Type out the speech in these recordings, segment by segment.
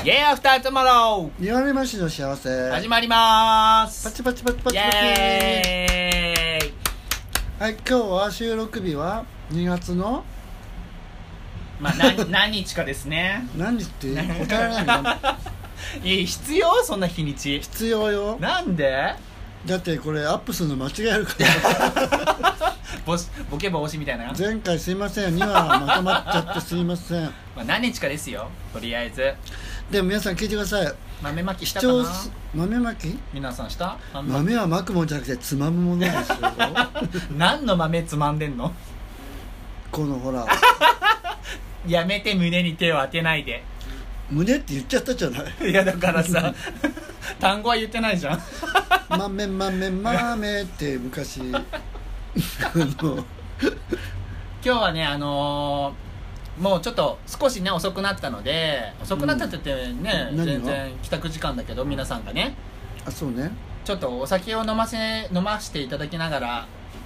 イエーアフタートゥモロー言われましの幸せ始まりまーす。 パチパチパチパチイパチ。 エーイ。 はい、今日は収録日は2月のまあ何日かですね。 何日って答えられないの必要そんな日にち必要よ。 なんでだってこれアップするの間違えるからボケ防止みたいな、 前回すいません2話まとまっちゃってすいません。 まあ、何日かですよとりあえず。 でも皆さん聞いてください。 豆まきしたかな。 豆まき、 皆さんした豆はまくもんじゃなくてつまむものですよ何の豆つまんでんの。 このほらやめて、胸に手を当てないで。 胸って言っちゃったじゃないいやだからさ単語は言ってないじゃん豆豆豆って昔今日はねもうちょっと少しね遅くなったので、遅くなったって言ってね、全然帰宅時間だけど皆さんがね、 あ、そうね、 ちょっとお酒を飲ましていただきながら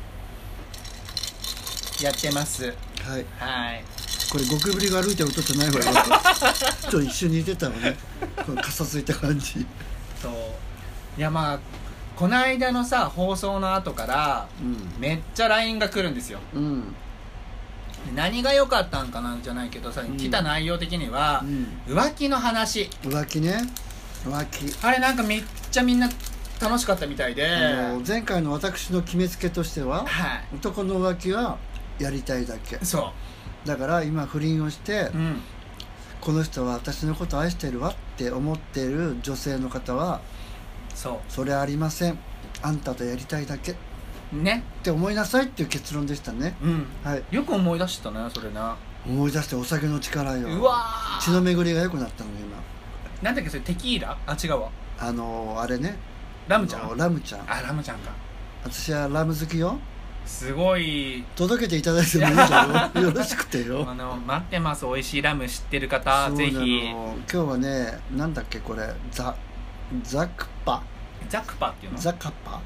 やってます。 はいはい。 これゴキブリが歩いてる音じゃないわよちょっと一緒に似てたのね、このかさついた感じ。 そういや、まあこの間のさ放送の後から、めっちゃ LINE が来るんですよ。何が良かったんかなんじゃないけどさ、来た内容的には、浮気の話。 浮気ね、浮気あれなんかめっちゃみんな楽しかったみたいで、 前回の私の決めつけとしては、男の浮気はやりたいだけ。 そうだから今不倫をして、この人は私のことを愛してるわって思っている女性の方は、それありません、あんたとやりたいだけねって思いなさいっていう結論でしたね。はい、 よく思い出したねそれな。 思い出して、お酒の力よ。 うわ血の巡りが良くなったのね今。 なんだっけそれ、テキーラ？あ、違うわ。 あれね、 ラムちゃん。 ラムちゃん。 あ、ラムちゃんか。 私はラム好きよ。すごい届けていただいてもいいだろよろしくてよ。 待ってます。美味しいラム知ってる方ぜひ。 今日はね、なんだっけこれ、ザクパっていうの？ ザカパ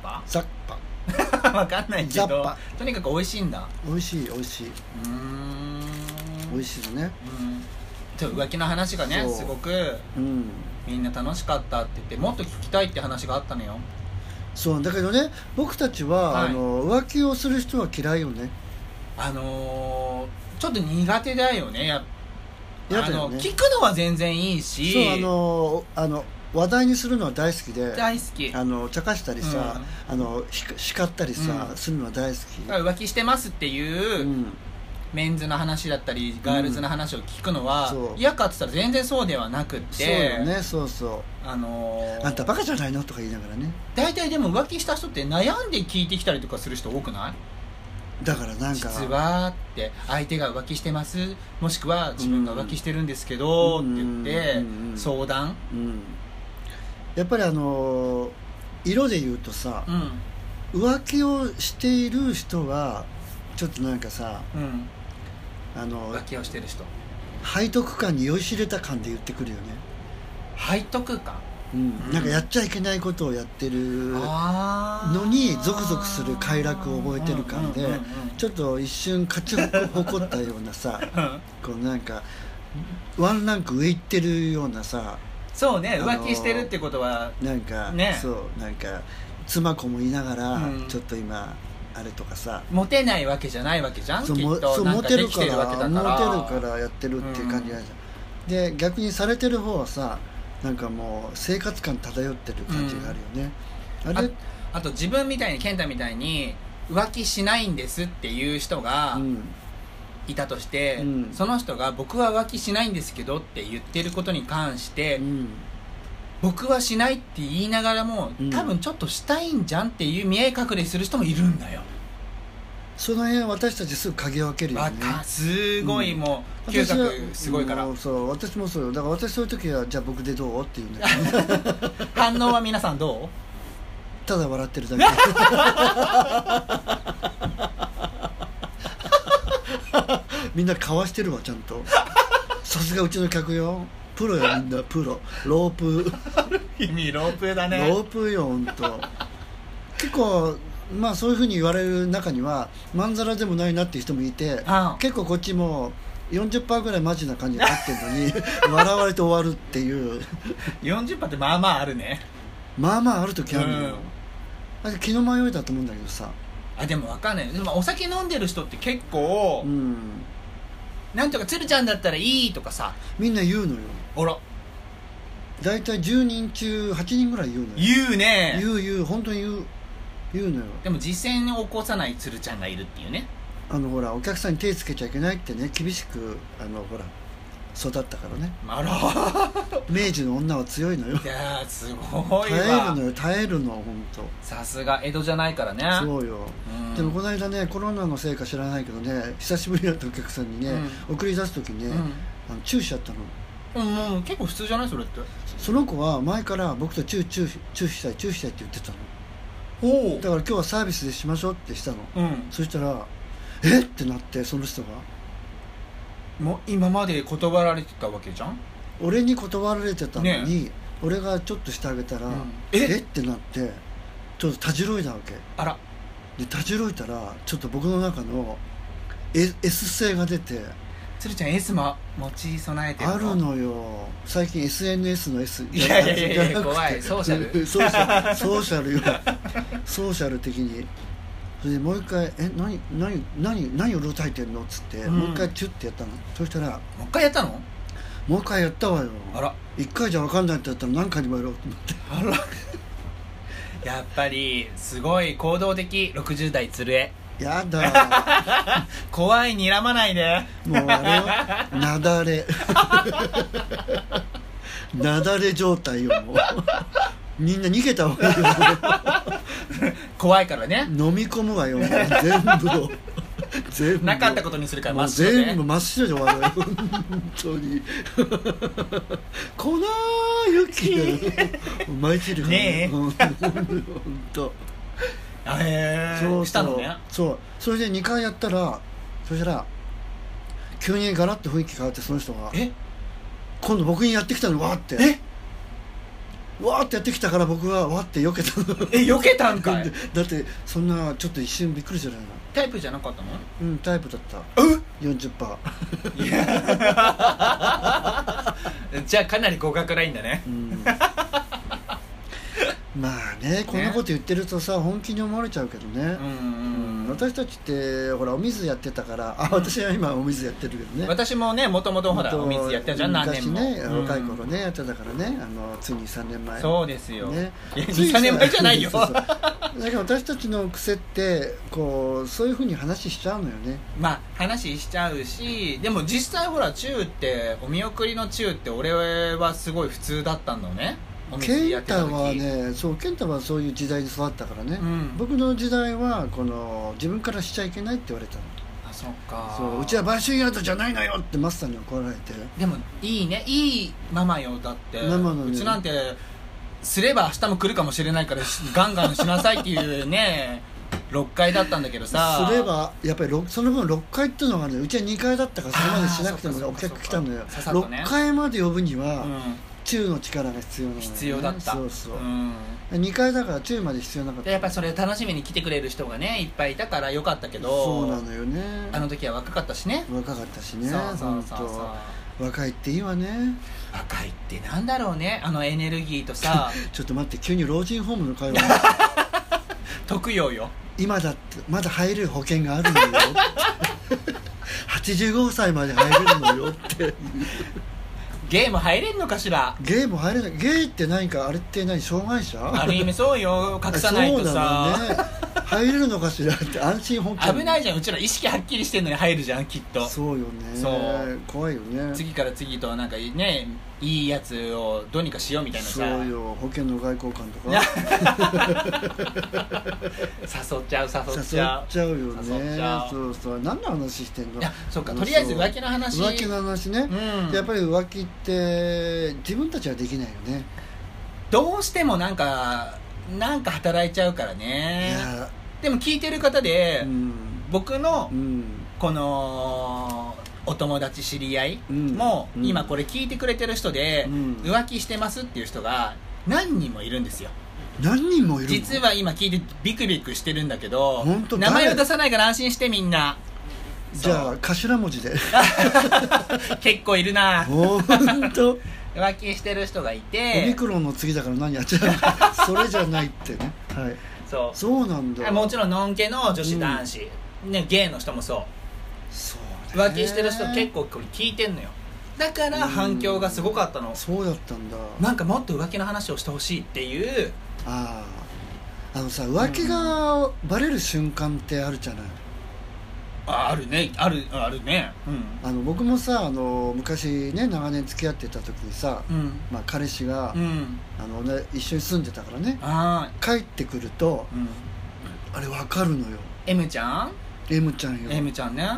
わかんないけど、とにかく美味しいんだ。 美味しい美味しいのね。 浮気の話がねすごく、みんな楽しかったって言って、もっと聞きたいって話があったのよ。 そうだけどね、僕たちは、浮気をする人は嫌いよね。 ちょっと苦手だよね。聞くのは全然いいし、 そう話題にするのは大好きで、 大好き。 茶化したりさ、叱ったりさ、するのは大好き。 浮気してますっていう、メンズの話だったりガールズの話を聞くのは、嫌かって言ったら全然そうではなくって。 そうよね、そうそう。あんたバカじゃないのとか言いながらね。 大体でも浮気した人って悩んで聞いてきたりとかする人多くない？ だからなんか実はって相手が浮気してます、もしくは自分が浮気してるんですけどって言って相談。 やっぱり色で言うとさ、浮気をしている人はちょっとなんかさ、 浮気をしてる人、 背徳感に酔いしれた感で言ってくるよね。 背徳感、 なんかやっちゃいけないことをやってるのにゾクゾクする快楽を覚えてる感で、ちょっと一瞬勝ち誇ったようなさこうなんかワンランク上行ってるようなさ。 そうね、浮気してるってことはなんか、そうなんか妻子もいながら、ちょっと今あれとかさ、 モテないわけじゃないわけじゃん。きっとモテるからモテるからやってるっていう感じがじゃん。で逆にされてる方はさ、なんかもう生活感漂ってる感じがあるよね。 あと自分みたいに健太みたいに浮気しないんですっていう人がいたとして、その人が僕は浮気しないんですけどって言ってることに関して、僕はしないって言いながらも、多分ちょっとしたいんじゃんっていう見え隠れする人もいるんだよ。 その辺私たちすぐ鍵を開けるよね。 すごい、もう嗅覚すごいから。 そう私もそうよ。だから私そういう時はじゃあ僕でどうって言うんだけど、ね、 反応は皆さんどう？ ただ笑ってるだけみんなかわしてるわちゃんと。さすがうちの客よ、プロよ、みんなプロ。ロープ意味ロープだね。 ロープよ、ほんと。結構まあそういうふうに言われる中にはまんざらでもないなっていう人もいて、結構こっちも 40% ぐらいマジな感じになってるのに笑われて終わるっていう 40% ってまあまああるね。 まあまあある時あるのよ、あれ気の迷いだと思うんだけどさ。 でも分かんない。でもお酒飲んでる人って結構、なんとか鶴ちゃんだったらいいとかさみんな言うのよ。 あら、 だいたい10人中8人ぐらい言うのよ。 言うね。 言う本当に言うのよ。 でも実践を起こさない鶴ちゃんがいるっていうね。 ほらお客さんに手つけちゃいけないってね厳しくほら育ったからね。 あら明治の女は強いのよ。 いやすごいわ。耐えるの本当。 さすが江戸じゃないからね。 そうよ、でもこの間ねコロナのせいか知らないけどね久しぶりだったお客さんにね、送り出す時にね、チューしちゃったの。 もう結構普通じゃないそれって。 その子は前から僕とチューしたいって言ってたの。だから今日はサービスでしましょうってしたの、そしたらえってなって、その人がもう今まで断られてたわけじゃん。 俺に断られてたのに、ね、俺がちょっとしてあげたら、えってなってちょっとたじろいだわけ。 あら。 でたじろいたらちょっと僕の中の S 性が出て。 鶴ちゃん S も持ち備えてるの？ あるのよ最近 SNS の S。 いや怖い。ソーシャルソーシャルよソーシャル的に。それでもう一回何をうろたえてんのっつって、もう一回チュッてやったの。そしたらもう一回やったの？ もう一回やったわよ。 あら。 一回じゃ分かんないってやったら何回にもやろうと思って。 あらやっぱりすごい行動的60代鶴江。 やだ怖い、睨まないで。 もうあれよなだれなだれ状態よもうみんな逃げた方がいいよ怖いからね。 飲み込むわよもう全部なかったことにするから真っ白で、 全部真っ白で終わるよ本当に粉雪巻いてるからねえ本当そうしたのね。 そうそれで2回やったら、そしたら急にガラッと雰囲気変わって、その人が今度僕にやってきたの。わーってやってきたから、僕はわーって避けたの。 避けたんかいだってそんなちょっと一瞬びっくりじゃないの。 タイプじゃなかったの？ タイプだった。40% じゃあかなり合格ラインだね。 まあね、こんなこと言ってるとさ、本気に思われちゃうけどね。私たちってほらお水やってたから、私は今お水やってるけどね。 私もね、もともとほらお水やってたじゃん、何年も。 昔ね、若い頃ねやってたからね、ついに3年前。 そうですよ、 ね、 3年前じゃないよ。 だけど私たちの癖ってそういうふうに話しちゃうのよね。 まあ話しちゃうし、でも実際ほらチューって、お見送りのチューって俺はすごい普通だったんだね。 健太はね、健太はそういう時代に育ったからね、僕の時代は自分からしちゃいけないって言われたの。 そっか。 うちは売春宿じゃないのよってマスターに怒られて。 でもいいね、いいママよ。だってママの、ね、 うちなんてすれば明日も来るかもしれないからガンガンしなさいっていうね6回だったんだけどさ、 すればやっぱりその分6回っていうのがね、うちは2回だったからそれまでしなくてもお客来たのよ。6回まで呼ぶには、チューの力が必要なのよね。 必要だった。 そう、2回だからチューまで必要なかった。 やっぱりそれ楽しみに来てくれる人がねいっぱいいたからよかったけど。 そうなのよね。 あの時は若かったしね。 そう若いっていいわね。 若いってなんだろうね、エネルギーとさちょっと待って、急に老人ホームの会話特養よ。 今だってまだ入れる保険があるのよ85歳まで入れるのよってゲーム入れんのかしら。 ゲーム入れない。ゲーって何かあれって障害者？ ある意味そうよ、隠さないとさ。 そうだね、入れるのかしらって安心保険。 危ないじゃん、うちら意識はっきりしてんのに入るじゃんきっと。 そうよね。そう怖いよね。 次から次となんかね、いいやつをどうにかしようみたいなさ。 そうよ、保険の外交官とか誘っちゃうよね。そう何の話してんの。 いや、そうか、とりあえず浮気の話ね、やっぱり浮気って自分たちはできないよね。 どうしてもなんか働いちゃうからね。でも聞いてる方で、僕のこのお友達知り合いも今これ聞いてくれてる人で浮気してますっていう人が何人もいるんですよ。 何人もいるの？ 実は今聞いてビクビクしてるんだけど、名前を出さないから安心してみんな。 じゃあ頭文字で結構いるな。 ほんと浮気してる人がいて、 オミクロンの次だから何やっちゃうそれじゃないってね。はい、そうなんだ。 もちろんのんけの女子男子、ね、ゲイの人もそう浮気してる人結構これ聞いてんのよ。だから反響がすごかったの。 そうだったんだ。 なんかもっと浮気の話をしてほしいっていう。 さ、浮気がバレる瞬間ってあるじゃない。 あるね、あるね、 僕もさ、昔ね長年付き合ってた時にさ、彼氏が、一緒に住んでたからね、帰ってくると、あれ分かるのよ。 M ちゃん M ちゃんよ。 M ちゃんね、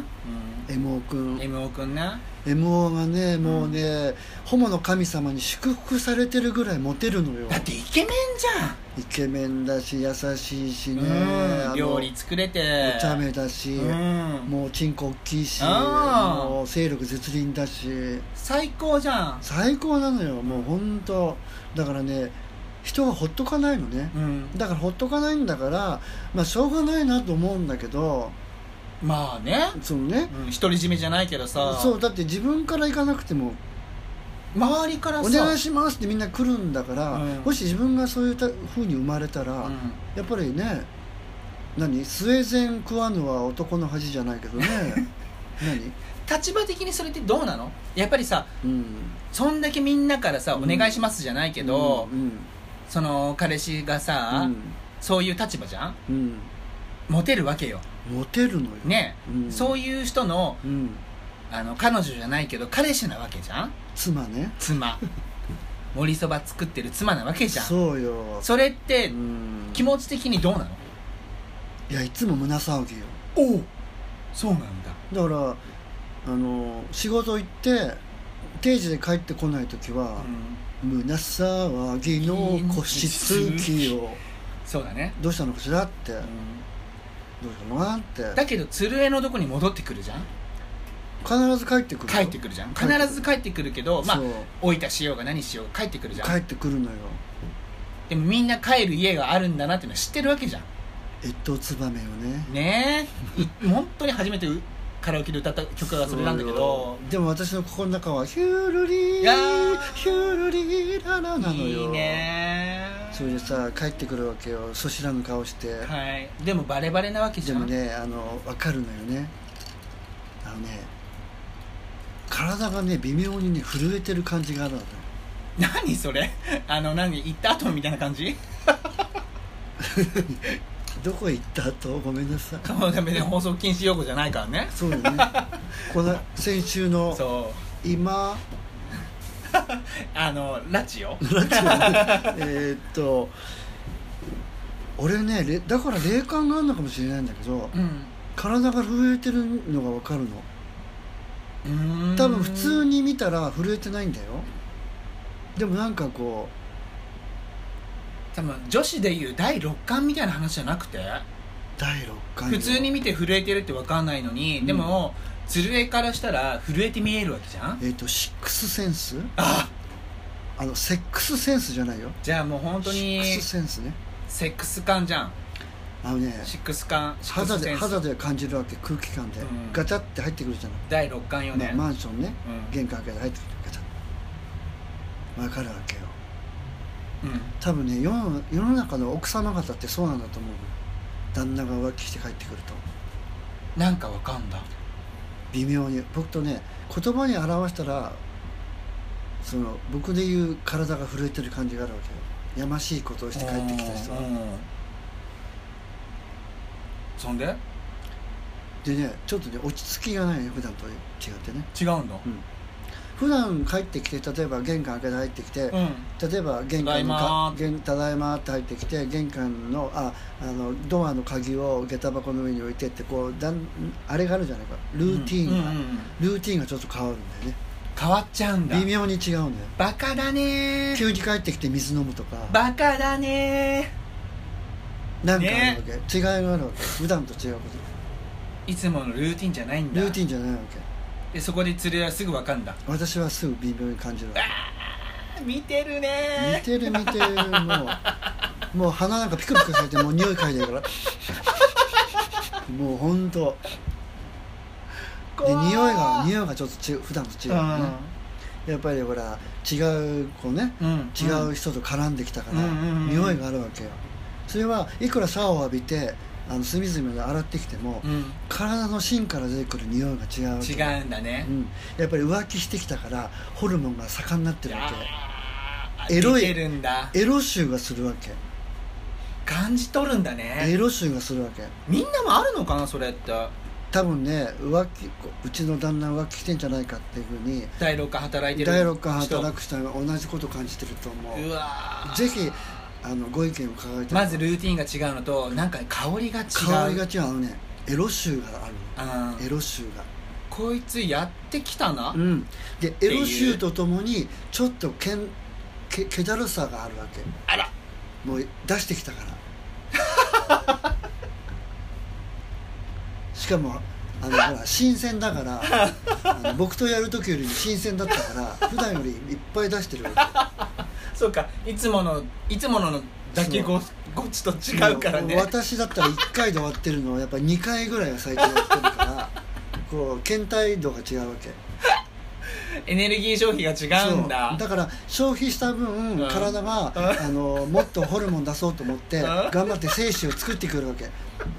MO 君ね。 MO がね、もうね、ホモの神様に祝福されてるぐらいモテるのよ。 だってイケメンじゃん。 イケメンだし優しいしね、 料理作れてお茶目だし、もうチンコ大きいし、もう勢力絶倫だし、 最高じゃん。 最高なのよ、もう本当。だからね、人がほっとかないのね、だからほっとかないんだから、まあしょうがないなと思うんだけど、 まあね、 そうね、 独り占めじゃないけどさ、 そうだって自分から行かなくても周りからさお願いしますってみんな来るんだから、もし自分がそういう風に生まれたら、やっぱりね、スウェーデン食わぬは男の恥じゃないけどね立場的にそれってどうなの？やっぱりさ、そんだけみんなからさ、お願いしますじゃないけど、その彼氏がさ、そういう立場じゃん、モテるわけよ。 モテるのよね、そういう人の、彼女じゃないけど彼氏なわけじゃん。 妻ね、 妻盛りそば作ってる妻なわけじゃん。 そうよ。 それって気持ち的にどうなの？ いや、いつも胸騒ぎよ。 おお、そうなんだ。 だから仕事行って定時で帰ってこない時は、胸騒ぎの腰つきよ。 そうだね。 どうしたのかしらって、どうしたのかなって。 だけど鶴江のとこに戻ってくるじゃん。 必ず帰ってくるじゃん。必ず帰ってくるけど、まあ老いたしようが何しようが帰ってくるじゃん。 帰ってくるのよ。 でもみんな帰る家があるんだなっていうのは知ってるわけじゃん。 越冬ツバメよね。 ねえ本当に初めてカラオケで歌った曲がそれなんだけど、 でも私の心の中はヒュルリーヒュルリーララなのよ。 いいね。 それでさ、帰ってくるわけよ、そしらぬ顔して。 はい。でもバレバレなわけじゃん。 でもね、分かるのよね。体がね、微妙にね震えてる感じがあるのよ。 何それ行った後みたいな感じどこへ行った後？ごめんなさい。 そうだめで放送禁止用語じゃないからね。 そうよねこの先週の今ラジオ俺ね、だから霊感があるのかもしれないんだけど、体が震えてるのが分かるの。多分普通に見たら震えてないんだよ。でもなんかこう、多分女子でいう第六感みたいな話じゃなくて、 第六感普通に見て震えてるって分かんないのに、でも鶴江からしたら震えて見えるわけじゃん。 シックスセンス？セックスセンスじゃないよ。 じゃあもう本当にシックスセンスね。 セックス感じゃん。 シックス感、 肌で感じるわけ、空気感で、ガチャって入ってくるじゃない。 第六感よね。 マンションね、玄関開けて入ってくる、ガチャ分かるわけよ。多分ね、世の中の奥様方ってそうなんだと思う。旦那が浮気して帰ってくるとなんかわかんだ、 微妙に。僕とね、言葉に表したら、僕で言う体が震えてる感じがあるわけよ。やましいことをして帰ってきた人は。 そんでね、ちょっとね、落ち着きがないね、普段と違ってね。 違うの？ 普段帰ってきて、例えば玄関開けて入ってきて、例えば玄関のただいまって入ってきて、玄関のドアの鍵を下駄箱の上に置いてって、こうあれがあるじゃないか、ルーティーンがちょっと変わるんだよね。 変わっちゃうんだ。 微妙に違うんだよ。 バカだね。 急に帰ってきて水飲むとか、 バカだね。 なんかあるわけ、違いがあるわけ、普段と違うこと。 いつものルーティンじゃないんだ。 ルーティンじゃないわけで、そこで釣りはすぐ分かんだ。 私はすぐ微妙に感じるわけ。 見てるね。 見てるもう鼻なんかピクピクされて、もう匂い嗅いでるからもうほんとで匂いがちょっと普段と違うね、やっぱりほら違うこうね、違う人と絡んできたから、匂いがあるわけよ。それはいくらシャワーを浴びて隅々で洗ってきても、体の芯から出てくる匂いが違うわけ。 違うんだね、 やっぱり浮気してきたからホルモンが盛んになってるわけ。エロ臭がするわけ。 感じ取るんだね。 エロ臭がするわけ。 みんなもあるのかなそれって。 多分ねうちの旦那浮気してんじゃないかっていうふうに第6巻働いてる第6巻働く人は同じこと感じてると思う。 うわぜひご意見を伺いたい。 まずルーティンが違うのとなんか香りが違う。 香りが違うね。エロ臭がある。エロ臭がこいつやってきたな、 でエロ臭とともにちょっと気だるさがあるわけ。 あらもう出してきたからしかもほら新鮮だから僕とやる時より新鮮だったから普段よりいっぱい出してるわけそうか、いつものだけごちと違うからね。 私だったら1回で終わってるのをやっぱり2回ぐらいは最近やってるからこう検体度が違うわけ。 エネルギー消費が違うんだ。 だから消費した分、体がもっとホルモン出そうと思って頑張って精子を作ってくるわけ。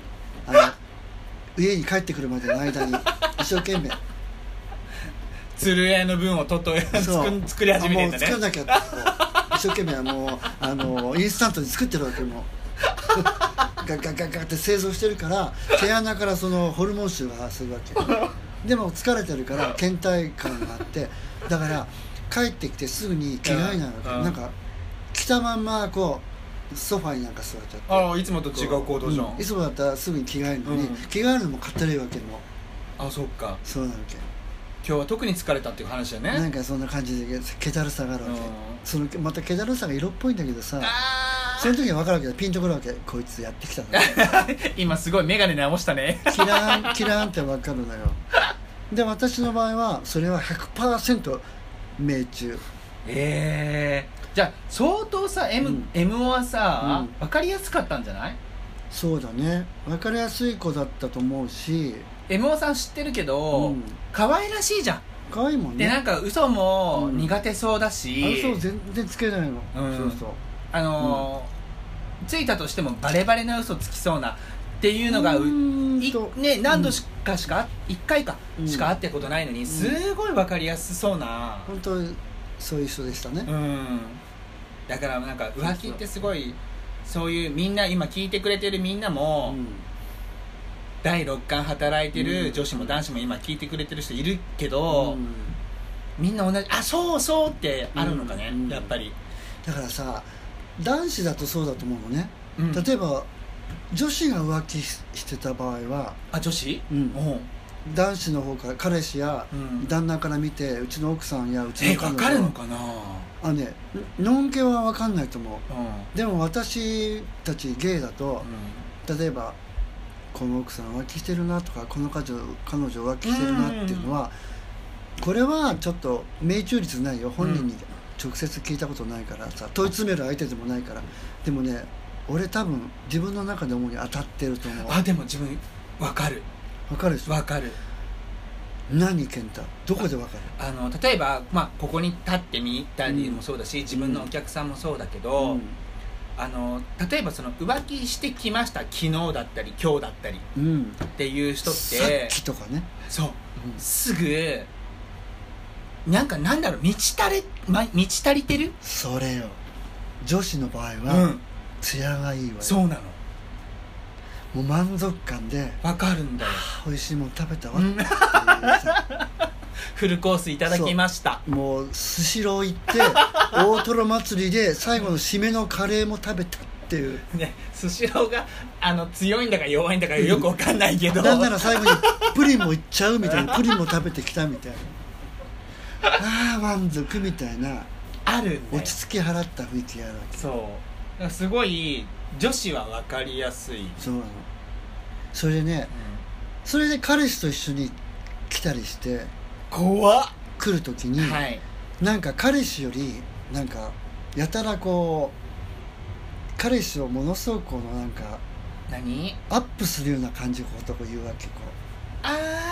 家に帰ってくるまでの間に一生懸命鶴屋の分を作り始めてんだね。もう作らなきゃって一生懸命インスタントに作ってるわけ。もうガッガッガッガッって製造してるから毛穴からそのホルモン臭がするわけでも疲れてるから倦怠感があってだから帰ってきてすぐに着替えないわけ。なんか着たまんまこうソファになんか座っちゃって。 いつもと違う行動じゃん、 いつもだったらすぐに着替えるのに、着替えるのもかったるいわけ。もそっか。 そうなわけ。 今日は特に疲れたっていう話だね。 なんかそんな感じで気だるさがあるわけ。また気だるさが色っぽいんだけどさ、その時は分かるわけどピンとくるわけ。こいつやってきたの今すごい眼鏡直したねキラーンって分かるのよ。で私の場合はそれは 100% 命中。 じゃあ相当さ M はさ、分かりやすかったんじゃない？ そうだね、分かりやすい子だったと思うし。 M さん知ってるけど、可愛らしいじゃん。 可愛いもんね。 でなんか嘘も苦手そうだし、 嘘全然つけないの。そうそうついたとしてもバレバレな嘘つきそうなっていうのが何度しか1回かしか会ったことないのに、すごい分かりやすそうな。 本当にそういう人でしたね。 だからなんか浮気ってすごいそういうみんな今聞いてくれてるみんなも、第6巻働いてる女子も男子も今聞いてくれてる人いるけど、みんな同じそうってあるのかね、やっぱり。 だからさ男子だとそうだと思うのね、例えば女子が浮気してた場合は女子？ 男子の方から彼氏や旦那から見てうちの奥さんやうちの彼女分かるのかな。 のんけは分かんないと思う、でも私たちゲイだと、例えばこの奥さん浮気してるなとかこの彼女浮気してるなっていうのは、これはちょっと命中率ないよ。本人に直接聞いたことないからさ、問い詰める相手でもないから。でもね俺多分自分の中で思うに当たってると思う。 でも自分分かる。 分かるでしょ。 分かる。 何健太どこで分かる？例えば、ここに立ってみたりもそうだし、自分のお客さんもそうだけど、例えばその浮気してきました昨日だったり今日だったりっていう人って、 さっきとかね。 そう、すぐなんだろう満ち足りてる。 それよ。女子の場合は艶がいいわよ。 そうなの。 もう満足感で分かるんだよ。 美味しいもん食べたわっていうさフルコースいただきました。 もうスシロー行って大トロ祭りで最後の締めのカレーも食べたっていうね。スシローが強いんだか弱いんだかよく分かんないけどなんなら最後にプリンもいっちゃうみたいなプリンも食べてきたみたいな満足みたいなあるね。 落ち着き払った雰囲気があるわけ。 そうすごい女子は分かりやすい。 そうなの。それでね、それで彼氏と一緒に来たりして怖っ来る時に、なんか彼氏よりなんかやたらこう彼氏をものすごく何アップするような感じのことを言うわけ。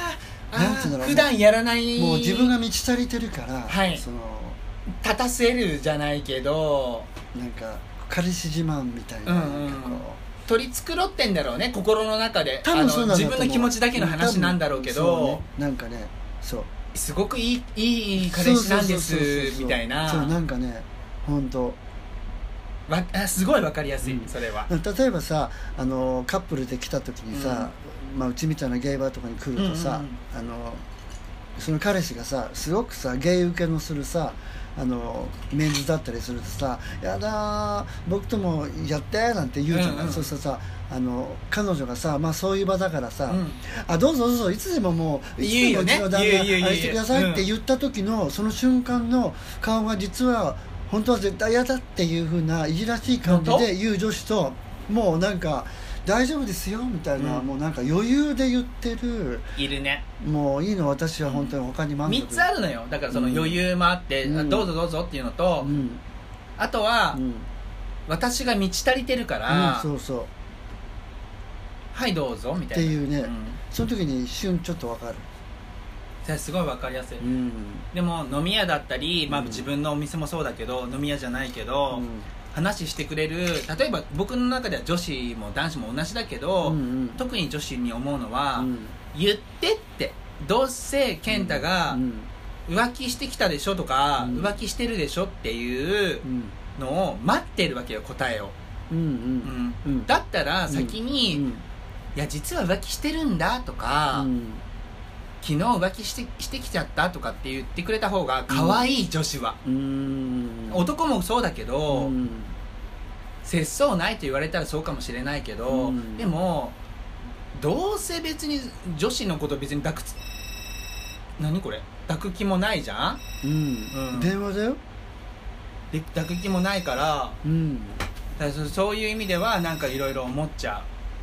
なんていうんだろう、 普段やらないもう自分が満ち足りてるから、 はい、 その立たせるじゃないけどなんか彼氏自慢みたいな、 取り繕ってんだろうね、心の中で。 多分そうなんだと思う。 自分の気持ちだけの話なんだろうけど、 ね、なんかね、そうすごくいい彼氏なんですみたいな。 そうなんかね、本当すごい分かりやすい、それは。 例えばさ、カップルで来た時にさ、うちみたいなゲイバーとかに来るとさ、その彼氏がさすごくさゲイ受けのするさメンズだったりするとさ「やだー僕ともやって」なんて言うじゃない、そうするとさ彼女がさ、そういう場だからさ「どうぞどうぞいつでももういつでもうちの旦那愛してください」って言った時のその瞬間の顔が実は本当は絶対嫌だっていう風ないじらしい感じで言う女子と、もうなんか大丈夫ですよみたいな、もうなんか余裕で言ってるいるね。 もういいの、私は本当に他に満足。 3つあるのよ。だからその余裕もあって、どうぞどうぞっていうのと、あとは、私が満ち足りてるから、 そうそう、 はいどうぞみたいなっていうね、その時に一瞬ちょっと分かる。 すごい分かりやすい、でも飲み屋だったり、自分のお店もそうだけど、飲み屋じゃないけど、話してくれる、例えば僕の中では女子も男子も同じだけど、特に女子に思うのは、言ってって、どうせ健太が浮気してきたでしょとか、浮気してるでしょっていうのを待ってるわけよ、答えを。だったら先に、いや実は浮気してるんだとか、昨日浮気してきちゃったとかって言ってくれた方が可愛い、女子は。男もそうだけど、節操ないと言われたらそうかもしれないけど、でもどうせ別に女子のこと別に何これ抱く気もないじゃん、 電話だよ。 で抱く気もないから、だからそういう意味ではなんかいろいろ思っちゃ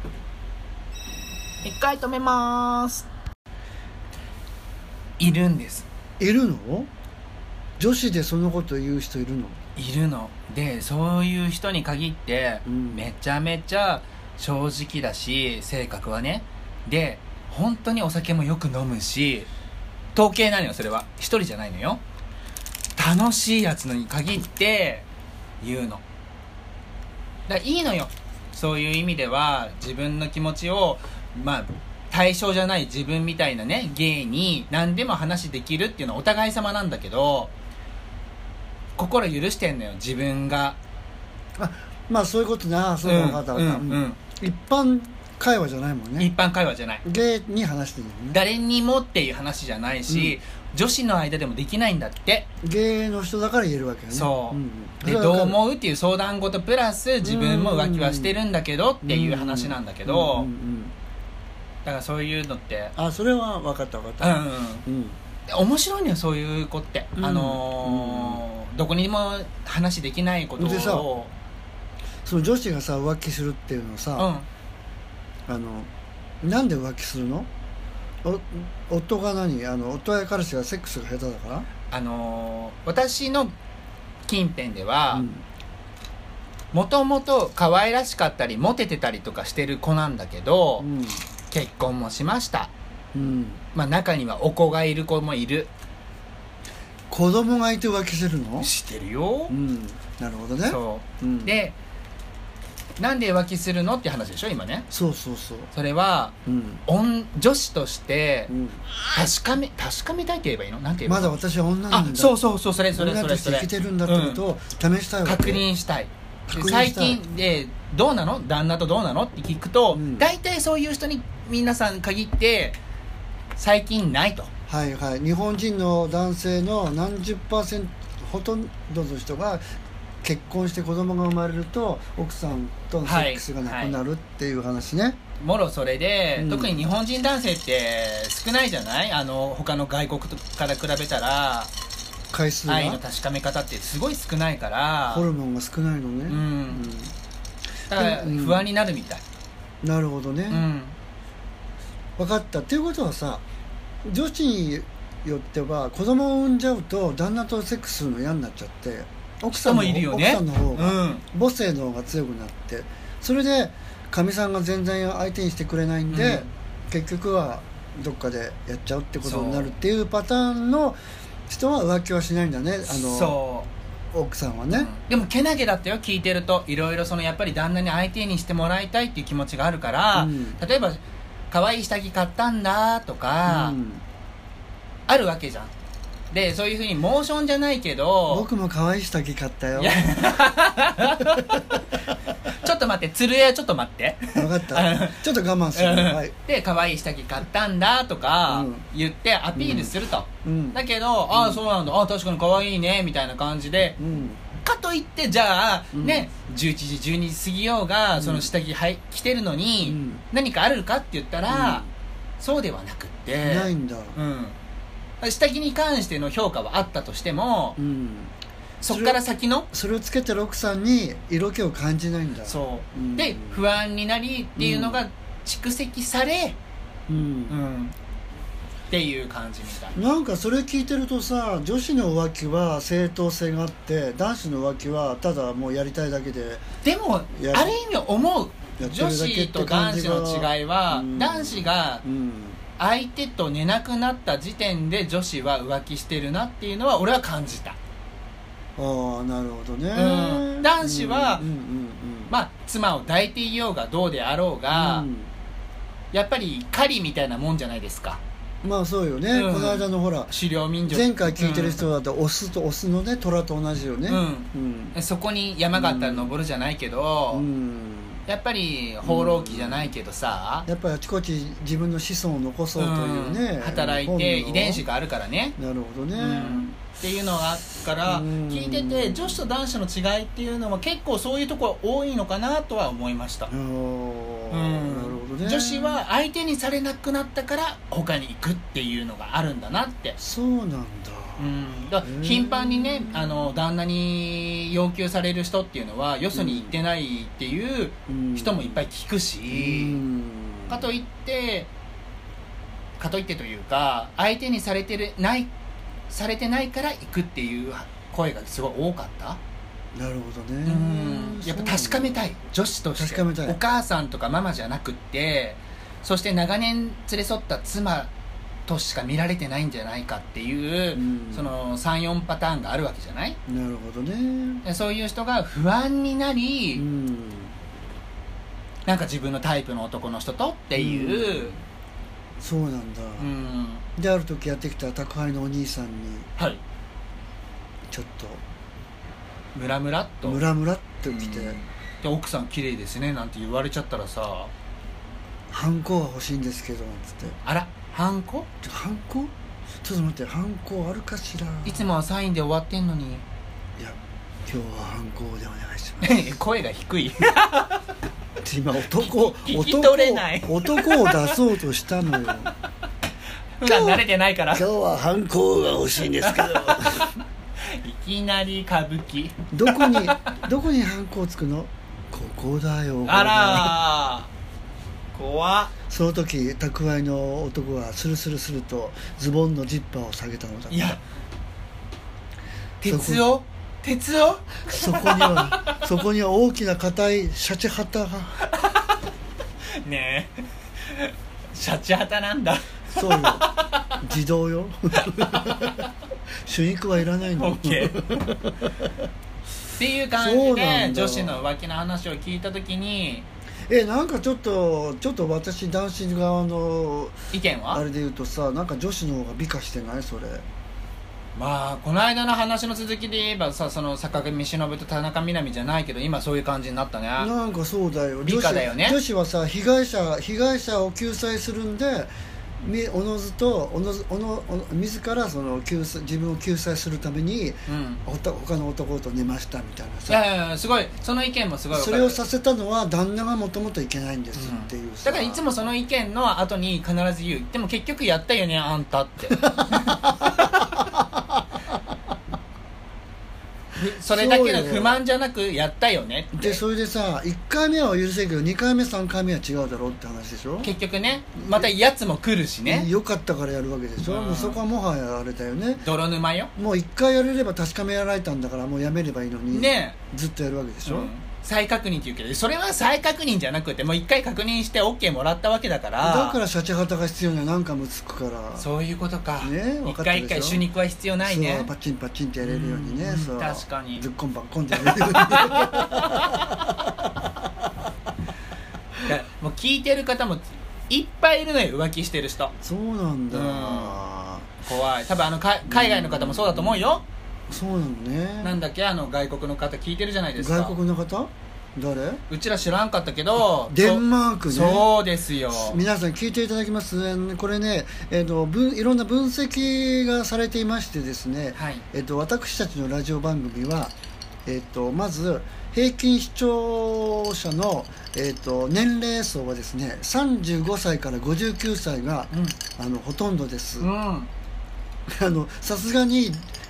う。一回止めます。いるんです。 いるの？女子でそのこと言う人いるの？ いるの。でそういう人に限って、めちゃめちゃ正直だし、性格はね、で本当にお酒もよく飲むし、統計なのよ。それは一人じゃないのよ。楽しいやつのに限って言うの。だからいいのよ。そういう意味では自分の気持ちを対象じゃない自分みたいなね、ゲイに何でも話できるっていうのはお互い様なんだけど、心許してんのよ、自分が。 そういうことな。そういうの分かった分かった。一般会話じゃないもんね。 一般会話じゃない。 ゲイに話してるのね。 誰にもっていう話じゃないし、女子の間でもできないんだって。 ゲイの人だから言えるわけよね。 そう、でどう思うっていう相談事プラス自分も浮気はしてるんだけどっていう話なんだけど、だからそういうのって、 それは分かった分かった。 面白いのよ、そういう子って。どこにも話できないことを。 でさ、その女子がさ浮気するっていうのさ、なんで浮気するの？夫が夫や彼氏がセックスが下手だから？ 私の近辺では、もともと可愛らしかったりモテてたりとかしてる子なんだけど、結婚もしました、中にはお子がいる子もいる。 子供がいて浮気するの？ してるよ、 なるほどね。 そう、でなんで浮気するのって話でしょ今ね。 そうそれは、女子として確かめたいって言えばいいの？なんて言えばいいの？ まだ私は女なんだ。 そうそれ女として生きてるんだってことを試したいわけ。 確認したい。最近でどうなの？旦那とどうなのって聞くと、大体そういう人に皆さん限って最近ないと。 日本人の男性の何十%、ほとんどの人が結婚して子供が生まれると奥さんとのセックスがなくなるっていう話ね。 もろそれで、特に日本人男性って少ないじゃない？他の外国から比べたら回数が愛の確かめ方ってすごい少ないから、 ホルモンが少ないのね。 だから不安になるみたい。 なるほどね。分かった。っていうことはさ、女子によっては子供を産んじゃうと旦那とセックスするの嫌になっちゃって、奥さんの方が、母性の方が強くなって、それでかみさんが全然相手にしてくれないんで、結局はどっかでやっちゃうってことになるっていうパターンの人は浮気はしないんだね、そう奥さんはね、 でもけなげだったよ、聞いてると。いろいろやっぱり旦那に相手にしてもらいたいっていう気持ちがあるから、例えば可愛い下着買ったんだとか、あるわけじゃん。でそういうふうにモーションじゃないけど、 僕も可愛い下着買ったよ。 ちょっと待って、鶴江ちょっと待って分かったちょっと我慢する、はい、 で可愛い下着買ったんだとか言ってアピールすると、だけど、ああそうなんだ、ああ確かに可愛いねみたいな感じで、かといってじゃあ、ね11時12時過ぎようがその下着着てるのに、何かあるかって言ったら、そうではなくって、 ないんだ、 下着に関しての評価はあったとしても、そっから先のそれをつけてる奥さんに色気を感じないんだ。 そう、で不安になりっていうのが蓄積され、っていう感じみたい。 なんかそれ聞いてるとさ、女子の浮気は正当性があって、男子の浮気はただもうやりたいだけで。 でもある意味思う、女子と男子の違いは、男子が相手と寝なくなった時点で女子は浮気してるなっていうのは俺は感じた。 ああ、なるほどね、 男子は、まあ妻を抱いていようがどうであろうが、やっぱり狩りみたいなもんじゃないですか。 まあそうよね、この間のほら狩猟民族、 前回聞いてる人だとオスとオスのね、虎と同じよね、 そこに山があったら登るじゃないけど、やっぱり放浪記じゃないけどさ、 やっぱりあちこち自分の子孫を残そうというね、 働いて遺伝子があるからね。 なるほどね、 っていうのがあるから聞いてて、女子と男子の違いっていうのは結構そういうところ多いのかなとは思いました。 なるほどね。 女子は相手にされなくなったから他に行くっていうのがあるんだなって。 そうなんだ。 だから頻繁にね、旦那に要求される人っていうのはよそに行ってないっていう人もいっぱい聞くし、かといってというか、相手にされてないから行くっていう声がすごい多かった。 なるほどね。 やっぱ確かめたい、女子としてお母さんとかママじゃなくって、そして長年連れ添った妻としか見られてないんじゃないかっていう、その 3,4 パターンがあるわけじゃない。 なるほどね。 そういう人が不安になり、なんか自分のタイプの男の人とっていう、 そうなんだ、である時やってきた宅配のお兄さんに、ちょっとムラムラっと来て、 で奥さん綺麗ですねなんて言われちゃったらさ、 ハンコが欲しいんですけどなんつって、 あらハンコちょっと待って、ハンコあるかしら。 いつもはサインで終わってんのに。いや今日はハンコでお願いします声が低い今聞き取れない男を出そうとしたのよ普段慣れてないから。 今日はハンコが欲しいんですけどいきなり歌舞伎。 どこにハンコをつくの？ここだよ。 あら怖っ。 その時宅配の男はスルスルとズボンのジッパーを下げたのだった。 いや鉄をそこには大きな硬いシャチハタがねえ、シャチハタなんだ。 そうよ、自動よ手肉はいらないの。 OK っていう感じで女子の浮気の話を聞いた時に、 なんかちょっと私男子側の意見はあれで言うとさ、なんか女子の方が美化してない？それまあこの間の話の続きで言えばさ、その坂上忍と田中みな実じゃないけど、今そういう感じになったね。 なんかそうだよ、 美化だよね。 女子はさ、被害者を救済するんで、おのずと自らその自分を救済するために、他の男と寝ましたみたいなさ。 いやすごい、その意見もすごい分かる。 それをさせたのは旦那がもともといけないんですっていうさ、 だからいつもその意見の後に必ず言う、でも結局やったよねあんたってそれだけの不満じゃなくやったよねって。 でそれでさ、1回目は許せるけど2回目3回目は違うだろうって話でしょ。 結局ね、またやつも来るしね。 よかったからやるわけでしょ、もうそこはもはやあれだよね、 泥沼よ。 もう1回やれれば確かめられたんだからもうやめればいいのに、 ね、 ずっとやるわけでしょ、 再確認って言うけど、それは再確認じゃなくてもう一回確認して OK もらったわけだから、 だからシャチハタが必要な何回もつくから。 そういうことか、 ね、 一回一回手肉は必要ないね。 そうパチンパチンってやれるようにね、そう確かにズッコンバッコンってやれるようにいやもう聞いてる方もいっぱいいるのよ、浮気してる人。 そうなんだ、 怖い。多分海外の方もそうだと思うよ。 そうなのね。 なんだっけ、外国の方聞いてるじゃないですか。 外国の方誰？ うちら知らんかったけど、 デンマークね。 そうですよ。 皆さん聞いていただきます。これね、いろんな分析がされていましてですね、 はい、 私たちのラジオ番組は、まず平均視聴者の、年齢層はですね35歳から59歳が、ほとんどです。さすがに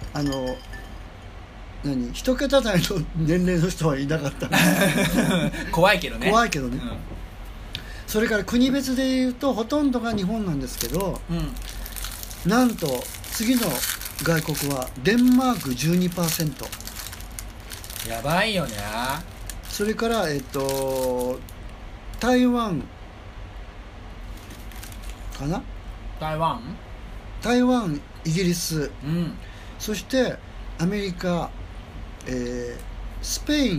一桁台の年齢の人はいなかった怖いけどね。 怖いけどね、それから国別でいうとほとんどが日本なんですけど、なんと次の外国はデンマーク 12%。 やばいよね。 それから台湾かな。台湾、イギリス、そしてアメリカ、スペイン、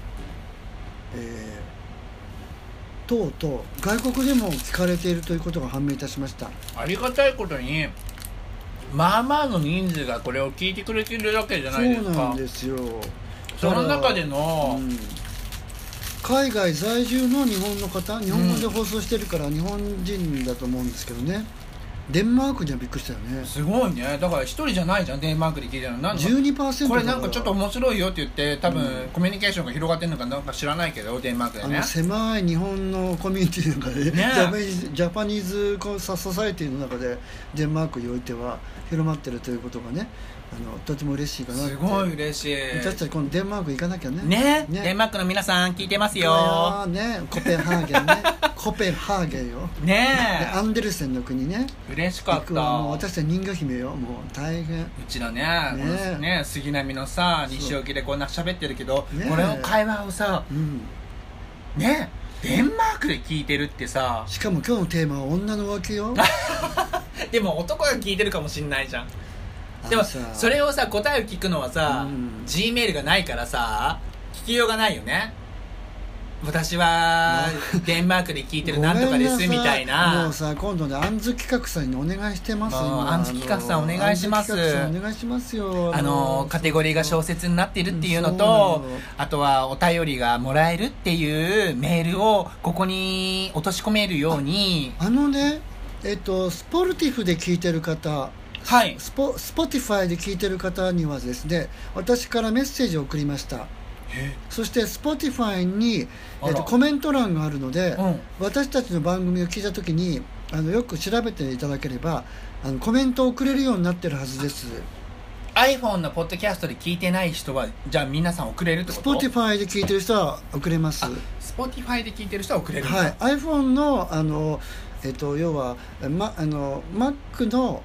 等々外国でも聞かれているということが判明いたしました。 ありがたいことにまあまあの人数がこれを聞いてくれてるわけじゃないですか。 そうなんですよ。 その中での、 海外在住の日本の方、日本語で放送してるから日本人だと思うんですけどね、デンマークにはびっくりしたよね。 すごいね。だから一人じゃないじゃん、デンマークで聞いてるの。 12% これなんかちょっと面白いよって言って多分、コミュニケーションが広がってるのかなんか知らないけど、デンマークでね、 狭い日本のコミュニティの中で、ジャパニーズソサエティの中でデンマークにおいては広まってるということがね、とても嬉しいかなって。 すごい嬉しい。 私たち今度デンマーク行かなきゃね。 デンマークの皆さん聞いてますよね。コペンハーゲンねコペンハーゲンよね。アンデルセンの国ね。 嬉しかった。 もう私たち人魚姫よ。もう大変。うちらね杉並のさ西沖でこんな喋ってるけど、これの会話をさ、ねデンマークで聞いてるってさ。 しかも今日のテーマは女の浮気よでも男が聞いてるかもしんないじゃん。でもそれをさ答えを聞くのはさ、G メールがないからさ聞きようがないよね。私はデンマークで聞いてるなんとかですみたいな。 もうさ今度ねアンズ企画さんにお願いしてます。 アンズ企画さんお願いします。 お願いしますよ。 カテゴリーが小説になっているっていうのと、あとはお便りがもらえるっていうメールをここに落とし込めるように。 スポルティフで聞いてる方、スポティファイで聞いてる方にはですね、私からメッセージを送りました。そして Spotify に、コメント欄があるので、私たちの番組を聞いたときによく調べていただければコメントを送れるようになってるはずです。 iPhone のポッドキャストで聞いてない人はじゃあ皆さん送れるってこと？ Spotify で聞いてる人は送れます。 Spotify で聞いてる人は送れるんだ。 はい、iPhone の要は、Mac の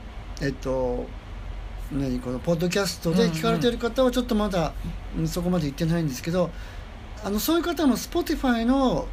このポッドキャストで聞かれている方はちょっとまだ、そこまで行ってないんですけど、そういう方も Spotify の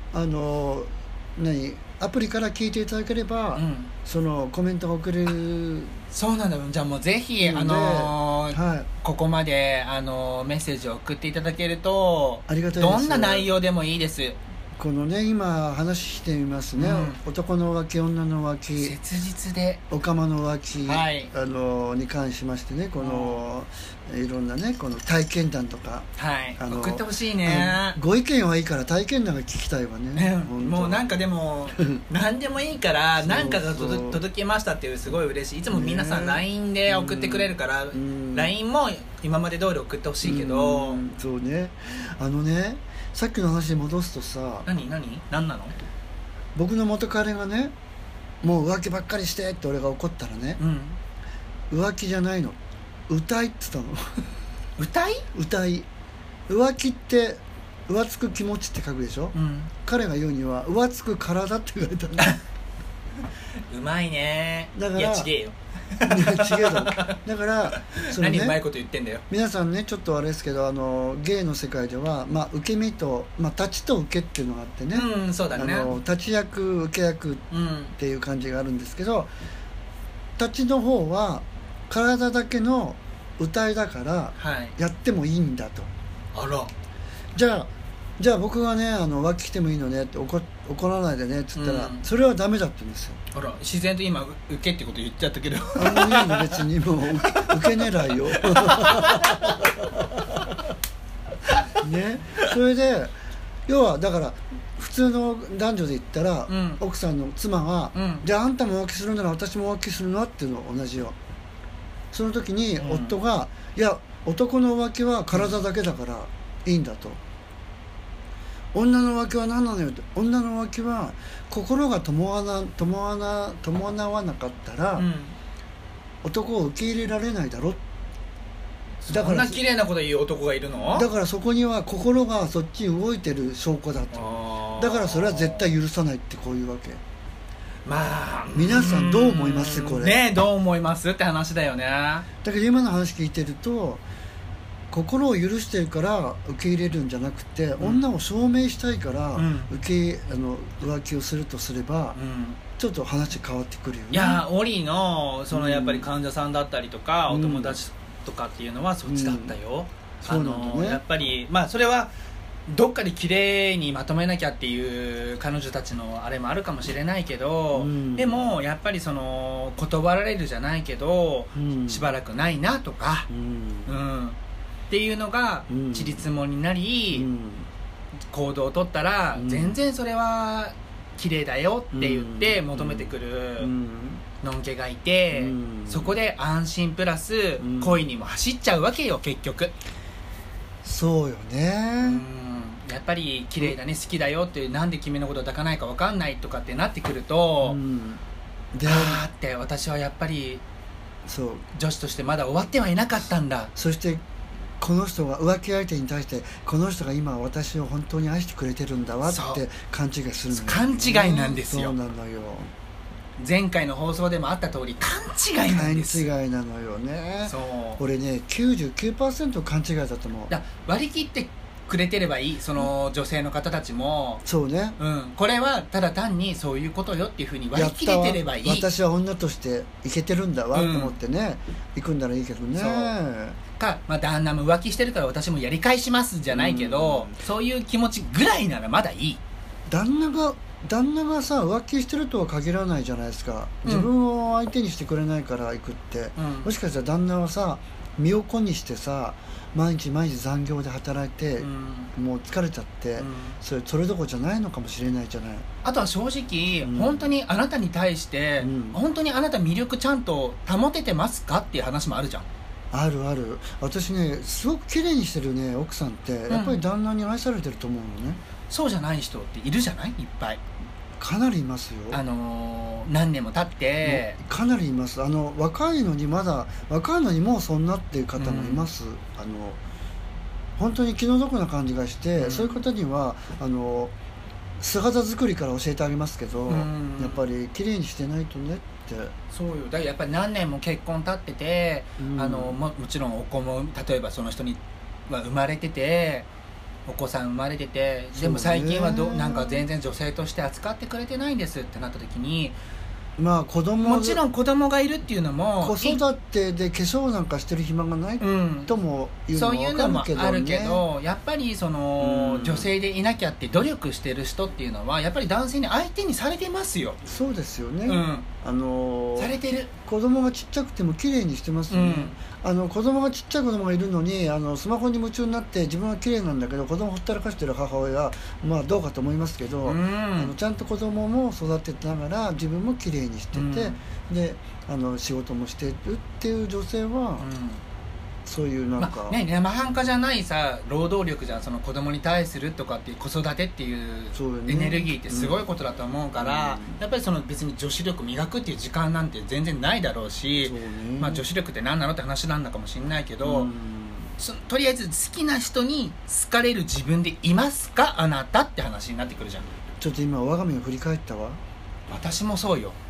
アプリから聞いていただければ、そのコメントが送れる。 そうなんだ。じゃあもうぜひここまでメッセージを送っていただけるとありがたいです。 どんな内容でもいいです。 このね今話してみますね、男の浮気女の浮気切実でオカマの浮気、に関しましてね、この、いろんなねこの体験談とか、 送ってほしいね。 ご意見はいいから体験談が聞きたいわね。 もうなんかでも何でもいいから何かが届きましたっていうすごい嬉しい。いつも皆さん LINE で送ってくれるから、LINE も今まで通り送ってほしいけど、 そうね。さっきの話に戻すとさ、 何なの？ 僕の元彼がねもう浮気ばっかりしてって俺が怒ったらね、浮気じゃないの歌いって言ったの歌い。浮気って浮つく気持ちって書くでしょ、彼が言うには浮つく体って言われたのうまいね。 だからいや違えよ違うだろだからそれ、ね、何うまいこと言ってんだよ。 皆さんねちょっとあれですけど芸の世界では、受け身と、立ちと受けっていうのがあってね、 そうだね、 立ち役受け役っていう感じがあるんですけど、立ちの方は体だけの歌いだからやってもいいんだと、 あらじゃあ僕がね浮気してもいいのねって怒らないでねって言ったら、それはダメだって言うんですよ。 あら自然と今受けってこと言っちゃったけどいいの別にもう受け狙いよね、それで要はだから普通の男女で言ったら、奥さんの妻が、じゃああんたも浮気するなら私も浮気するなっていうのは同じよ。その時に夫が、いや男の浮気は体だけだからいいんだと、女の浮気は何なのよって、女の浮気は心が伴わなかったら、男を受け入れられないだろ。 だからそんな綺麗なこと言う男がいるの？ だからそこには心がそっちに動いてる証拠だと。だからそれは絶対許さないってこういうわけ。皆さんどう思いますこれね。どう思いますって話だよね。 だけど今の話聞いてると心を許してるから受け入れるんじゃなくて、女を証明したいから浮気をするとすれば、ちょっと話変わってくるよね。 いやオリのやっぱり患者さんだったりとか、お友達とかっていうのはそっちだったよ。 そうなんだね。 やっぱりそれはどっかで綺麗にまとめなきゃっていう彼女たちのあれもあるかもしれないけど、でもやっぱり断られるじゃないけど、しばらくないなとか、っていうのがちりつもになり、行動を取ったら、全然それは綺麗だよって言って求めてくるのんけがいて、そこで安心プラス恋にも走っちゃうわけよ結局。 そうよね。 やっぱり綺麗だね、好きだよって、なんで君のこと抱かないか分かんないとかってなってくると、って私はやっぱり女子としてまだ終わってはいなかったんだ。 そしてこの人が浮気相手に対してこの人が今私を本当に愛してくれてるんだわって勘違いするのよ、ね、 勘違いなんですよ。 そうなのよ。 前回の放送でもあった通り勘違いなんです。 勘違いなのよね。俺ね 99% 勘違いだと思う。 割り切ってくれてればいい、女性の方たちも。 そうね、 これはただ単にそういうことよっていうふうに割り切れてればいい。 私は女としていけてるんだわと思ってね、行くんならいいけどね。 旦那も浮気してるから私もやり返しますじゃないけど、そういう気持ちぐらいならまだいい。 旦那がさ浮気してるとは限らないじゃないですか。自分を相手にしてくれないから行くって、もしかしたら旦那はさ身を粉にしてさ毎日残業で働いて、もう疲れちゃって、それどころじゃないのかもしれないじゃない。 あとは正直、本当にあなたに対して、本当にあなた魅力ちゃんと保ててますかっていう話もあるじゃん。 ある。私ねすごく綺麗にしてるね奥さんってやっぱり旦那に愛されてると思うのね。 そうじゃない人っているじゃない、いっぱい。 かなりいますよ。 何年も経ってかなりいます。若いのにもうそんなっていう方もいます。本当に気の毒な感じがして、そういう方には素肌作りから教えてあげますけど、やっぱり綺麗にしてないとねって。 そうよ。だからやっぱり何年も結婚経ってて、もちろんお子も例えばその人には生まれてて、お子さん生まれてて、でも最近はなんか全然女性として扱ってくれてないんですってなった時に、もちろん子供がいるっていうのも子育てで化粧なんかしてる暇がないともいうのは分かるけどね。そういうのもあるけど、 やっぱり女性でいなきゃって努力してる人っていうのはやっぱり男性に相手にされてますよ。 そうですよね、 されてる。 子供がちっちゃくても綺麗にしてますよね、子供がちっちゃい子供がいるのにスマホに夢中になって自分は綺麗なんだけど子供ほったらかしてる母親はどうかと思いますけど、ちゃんと子供も育てながら自分も綺麗にしてて、で仕事もしてるっていう女性は、そういうなんか、 生半可じゃないさ労働力じゃん。その子供に対するとかっていう子育てっていうエネルギーってすごいことだと思うから、やっぱり別に女子力磨くっていう時間なんて全然ないだろうし、女子力って何なのって話なんだかもしれないけど、とりあえず好きな人に好かれる自分でいますかあなたって話になってくるじゃん。 ちょっと今我が身を振り返ったわ。 私もそうよ。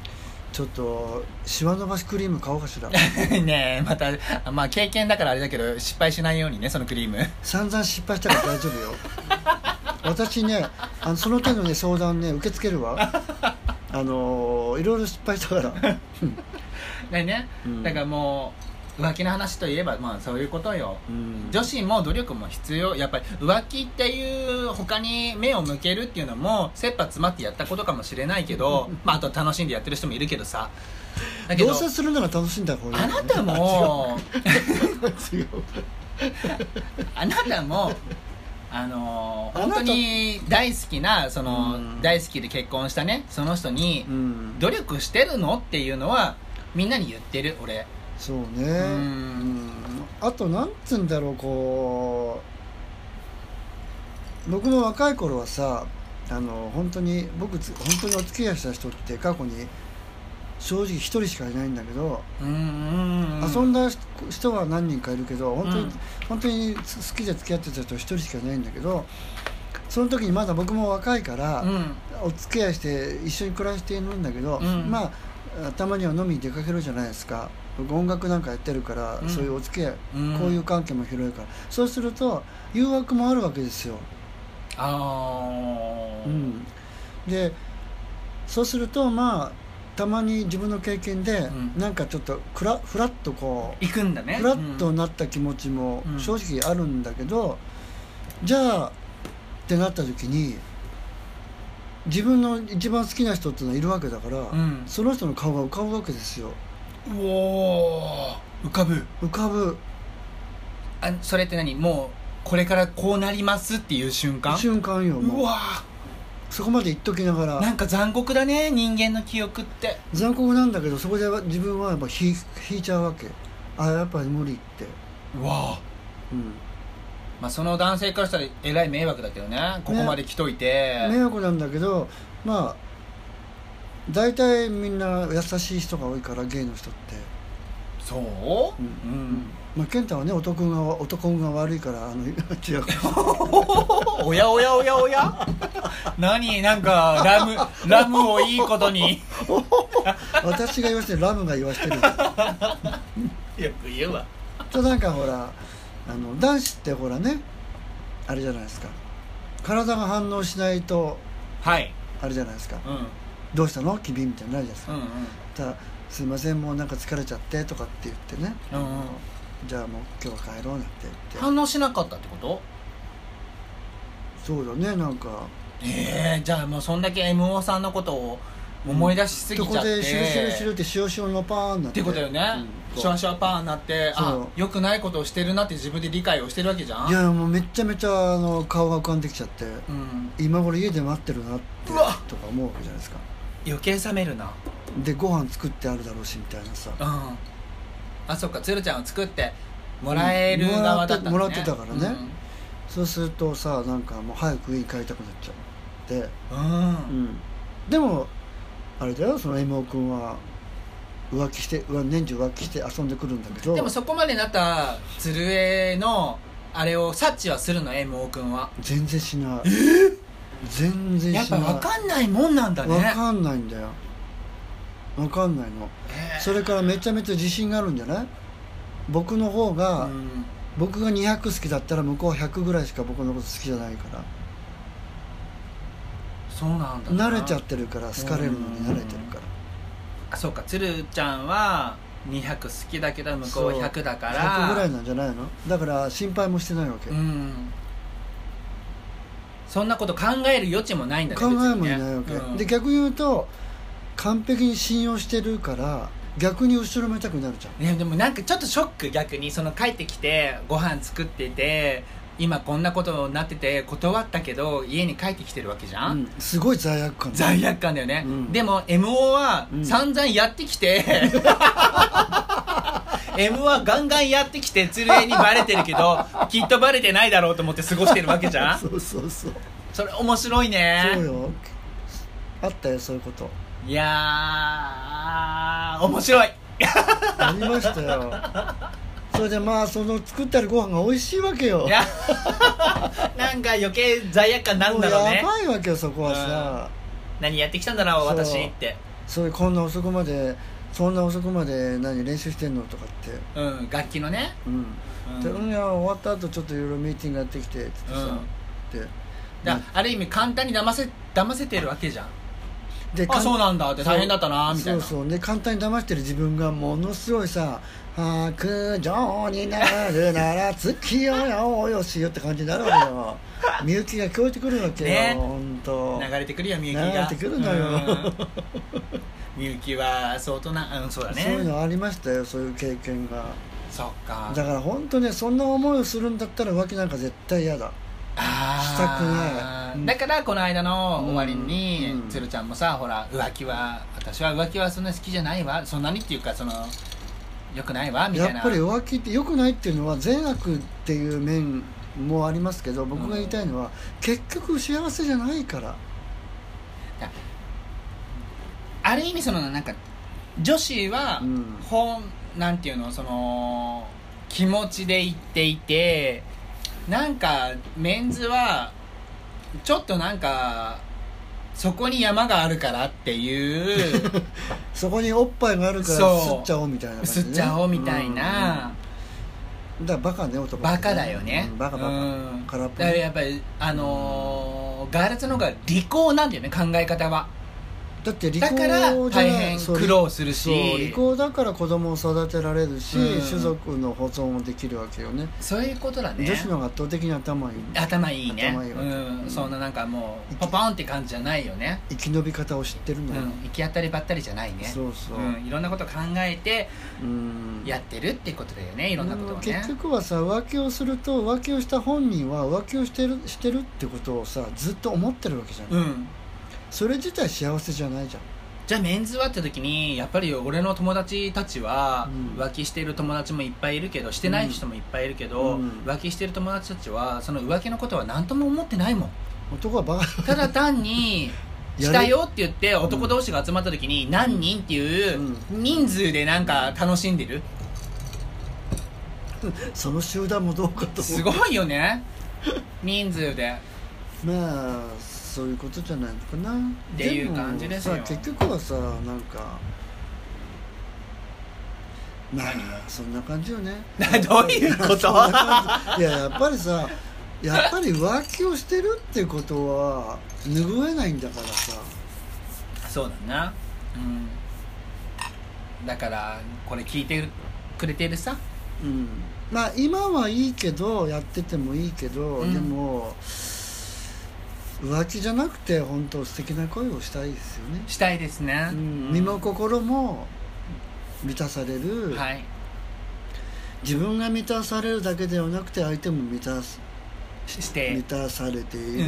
ちょっとシワ伸ばしクリーム買おうかしらねえまた、まあ経験だからあれだけど失敗しないようにね、そのクリーム散々失敗したから大丈夫よ私ねその手のね相談ね受け付けるわいろいろ失敗したからね、だからもう浮気の話といえばまあそういうことよ、女子も努力も必要。やっぱり浮気っていう他に目を向けるっていうのも切羽詰まってやったことかもしれないけどまああと楽しんでやってる人もいるけどさ、だけどどうせするなら楽しんだ方がいい、 あなたも違うあなたも本当に大好きな大好きで結婚したねその人に努力してるのっていうのはみんなに言ってる俺。 そうね、あとなんつうんだろう、僕も若い頃はさ本当にお付き合いした人って過去に正直一人しかいないんだけど、遊んだ人は何人かいるけど本当に好きで付き合ってた人は一人しかいないんだけど、その時にまだ僕も若いから、お付き合いして一緒に暮らしているんだけど、まあたまには飲みに出かけるじゃないですか。音楽なんかやってるから、そういうお付き合い、こういう関係も広いから、そうすると誘惑もあるわけですよ。でそうするとまあたまに自分の経験で、なんかちょっとフラッとこう行くんだね、 フラッとなった気持ちも正直あるんだけど、じゃあってなった時に自分の一番好きな人っていうのはいるわけだから、その人の顔が浮かぶわけですよ。 うおー、浮かぶ。それって何、もうこれからこうなりますっていう瞬間よ。もううわそこまで言っときながら、 なんか残酷だね、人間の記憶って残酷なんだけど、そこで自分はやっぱ引いちゃうわけ。やっぱり無理って。 うわまあその男性からしたらえらい迷惑だけどね、ここまで来といて、 迷惑なんだけど、まあ大体みんな優しい人が多いから、ゲイの人って。 そうまあ、健太はね男運が悪いから違うおや何、なんかラムをいいことに私が言わせてラムが言わせてるよく言うわと。なんかほら男子ってほらね、あれじゃないですか、体が反応しないと、あれじゃないですか、どうしたの君みたいになるじゃないですか、ただすいませんもうなんか疲れちゃってとかって言ってね、じゃあもう今日は帰ろうなんて言って反応しなかったってこと？ そうだね、なんかじゃあもうそんだけ MO さんのことを思い出しすぎちゃって、 そこでシュルってシュのパーンなってってことよね、シュワシュワパーンなって、良くないことをしてるなって自分で理解をしてるわけじゃん。 いやもうめちゃめちゃ顔が浮かんできちゃって、今頃家で待ってるなってとか思うわけじゃないですか。 余計冷めるな。でご飯作ってあるだろうしみたいなさ、 そっか、鶴ちゃんを作ってもらえる側だったんだね、 もらってたからね、そうするとさ、なんかもう早く家に帰りたくなっちゃって、でもあれだよ、その MO 君は年中浮気して遊んでくるんだけど、 でもそこまでなった鶴江のあれを察知はするの MO 君は？ 全然しない。全然しない。 やっぱ分かんないもんなんだね。 分かんないんだよ、分かんないの。それからめちゃめちゃ自信があるんじゃない？僕の方が、僕が200好きだったら向こうは100ぐらいしか僕のこと好きじゃないから。 そうなんだ。 慣れちゃってるから、好かれるのに慣れてるから。 そうか、鶴ちゃんは200好きだけど向こうは100だから 100ぐらいなんじゃないの？だから心配もしてないわけ。 そんなこと考える余地もないんだね。 考えもいないわけ、で逆に言うと完璧に信用してるから逆に後ろめたくなるじゃん。 でもなんかちょっとショック、逆に帰ってきてご飯作ってて今こんなことになってて断ったけど家に帰ってきてるわけじゃん、 すごい罪悪感だよね、でも MO は散々やってきて、M はガンガンやってきて鶴江にバレてるけどきっとバレてないだろうと思って過ごしてるわけじゃんそうそれ面白いね。 そうよ、あったよそういうこと。 いやー面白いありましたよ。それでまあその作ってあるご飯が美味しいわけよ。 いやなんか余計罪悪感なんだろうね。 やばいわけよそこはさ、 何やってきたんだろう私って。 そういうこんな遅くまでそんな遅くまで練習してんのとかって、 楽器のね、 でいや終わった後ちょっといろいろミーティングやってきてってさ、 である意味簡単に騙せてるわけじゃん。 でそうなんだって大変だったなみたいな。 そうで簡単に騙してる自分がものすごいさ、白状になるなら月よよよしよって感じになるわけよ。みゆきが聞こえてくるわけよ、ね、ほんと流れてくるよみゆきが流れてくるのよみゆきは相当な、そうだね、 そういうのありましたよ、そういう経験が。 そっか。 だから本当ね、そんな思いをするんだったら浮気なんか絶対嫌だ、したくない。 だからこの間の終わりに、鶴ちゃんもさ、ほら私は浮気はそんな好きじゃないわ、そんなにっていうか良くないわみたいな。 やっぱり浮気って良くないっていうのは善悪っていう面もありますけど、僕が言いたいのは、結局幸せじゃないから。 ある意味なんか女子は、なんていうの、気持ちで言っていて、なんかメンズはちょっとなんかそこに山があるからっていうそこにおっぱいがあるから吸っちゃおうみたいな感じ、ね、 吸っちゃおうみたいな、 だからバカね、男バカだよね、 バカ空っぽ。 だからやっぱりガールズの方が利口なんだよね、考え方は。 だって利口だから大変苦労するし、 利口だから子供を育てられるし、種族の保存もできるわけよね。 そういうことだね。 女子の方が圧倒的に頭いいね。 そんななんかもうポポンって感じじゃないよね。 生き延び方を知ってるのよ、 行き当たりばったりじゃないね。 そう、 いろんなこと考えてやってるってことだよね、いろんなことをね。 結局はさ、浮気をすると、浮気をした本人は浮気をしてるってことをさ、ずっと思ってるわけじゃない、それ自体幸せじゃないじゃん。 じゃあメンズはって時に、やっぱり俺の友達たちは、浮気している友達もいっぱいいるけど、してない人もいっぱいいるけど、浮気している友達たちはその浮気のことは何とも思ってないもん。 男はバカただ単にしたよって言って男同士が集まった時に何人っていう人数でなんか楽しんでる、 その集団もどうかと思う。 すごいよね、人数で。 まあそういうことじゃないのかなっていう感じですよ。 結局はさ、なんかまあそんな感じよねどういうこといや、やっぱりさ、やっぱり浮気をしてるってことは拭えないんだからさ。 そうだな、だからこれ聞いてくれてるさ、 まあ今はいいけど、やっててもいいけど、でも浮気じゃなくて本当素敵な恋をしたいですよね。 したいですね、 身も心も満たされる、自分が満たされるだけではなくて相手も満たされている、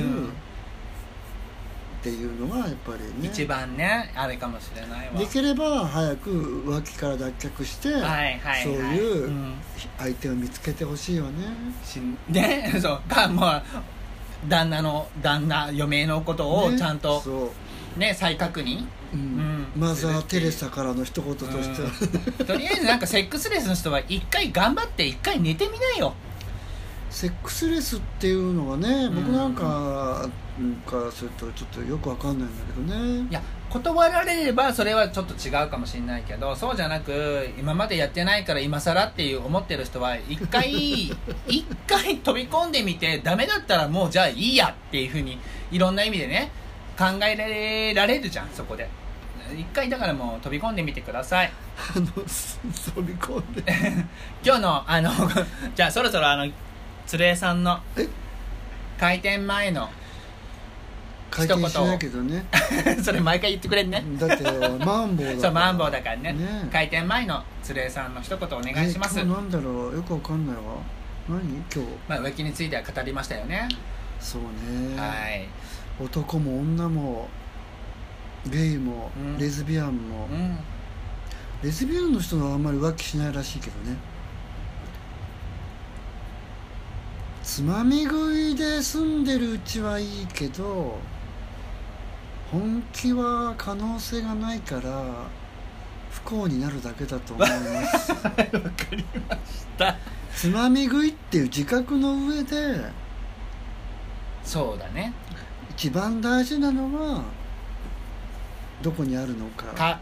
っていうのがやっぱりね、 一番ねあれかもしれないわ。 できれば早く浮気から脱却して、そういう相手を見つけてほしいよね。 そうか、もう旦那嫁のことをちゃんとね、再確認、 マザー・テレサからの一言としては、 とりあえずなんかセックスレスの人は一回頑張って一回寝てみなよ。 セックスレスっていうのはね、僕なんかからするとちょっとよくわかんないんだけどね。 いや、断られればそれはちょっと違うかもしれないけど、そうじゃなく今までやってないから今更っていう思ってる人は一回飛び込んでみて、ダメだったらもうじゃあいいやっていうふうにいろんな意味でね考えられるじゃん。そこで一回だからもう飛び込んでみてください。 飛び込んで今日のじゃあそろそろ鶴江さんの開店前の一言しないけどねそれ毎回言ってくれんね。 だってマンボウだから。 そうマンボウだからね。開店前の鶴江さんの一言お願いします。 今日なんだろう、よくわかんないわ。何今日、 浮気については語りましたよね。 そうね、男も女もゲイも、レズビアンも、レズビアンの人はあんまり浮気しないらしいけどね。つまみ食いで住んでるうちはいいけど、本気は可能性がないから不幸になるだけだと思いますわかりました。 つまみ食いっていう自覚の上で、 そうだね、 一番大事なのはどこにあるのか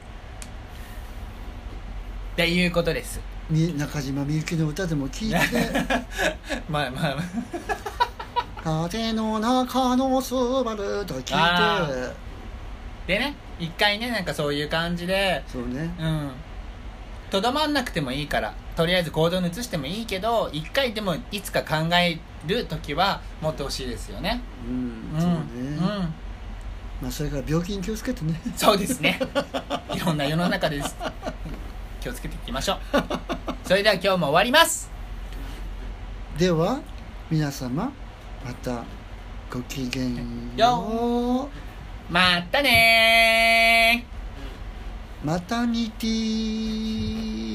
っていうことです。 中島みゆきの歌でも聞いてまあまあ風の中のスバルとか聞いてでね、一回ね、なんかそういう感じで、 そうね、 とどまんなくてもいいから、とりあえず行動に移してもいいけど、一回でもいつか考える時は持ってほしいですよね。 そうね、まあそれから病気に気をつけてね。 そうですね。いろんな世の中です。気をつけていきましょう。それでは今日も終わります。 では皆様またごきげんよう。またねー。 またにてー。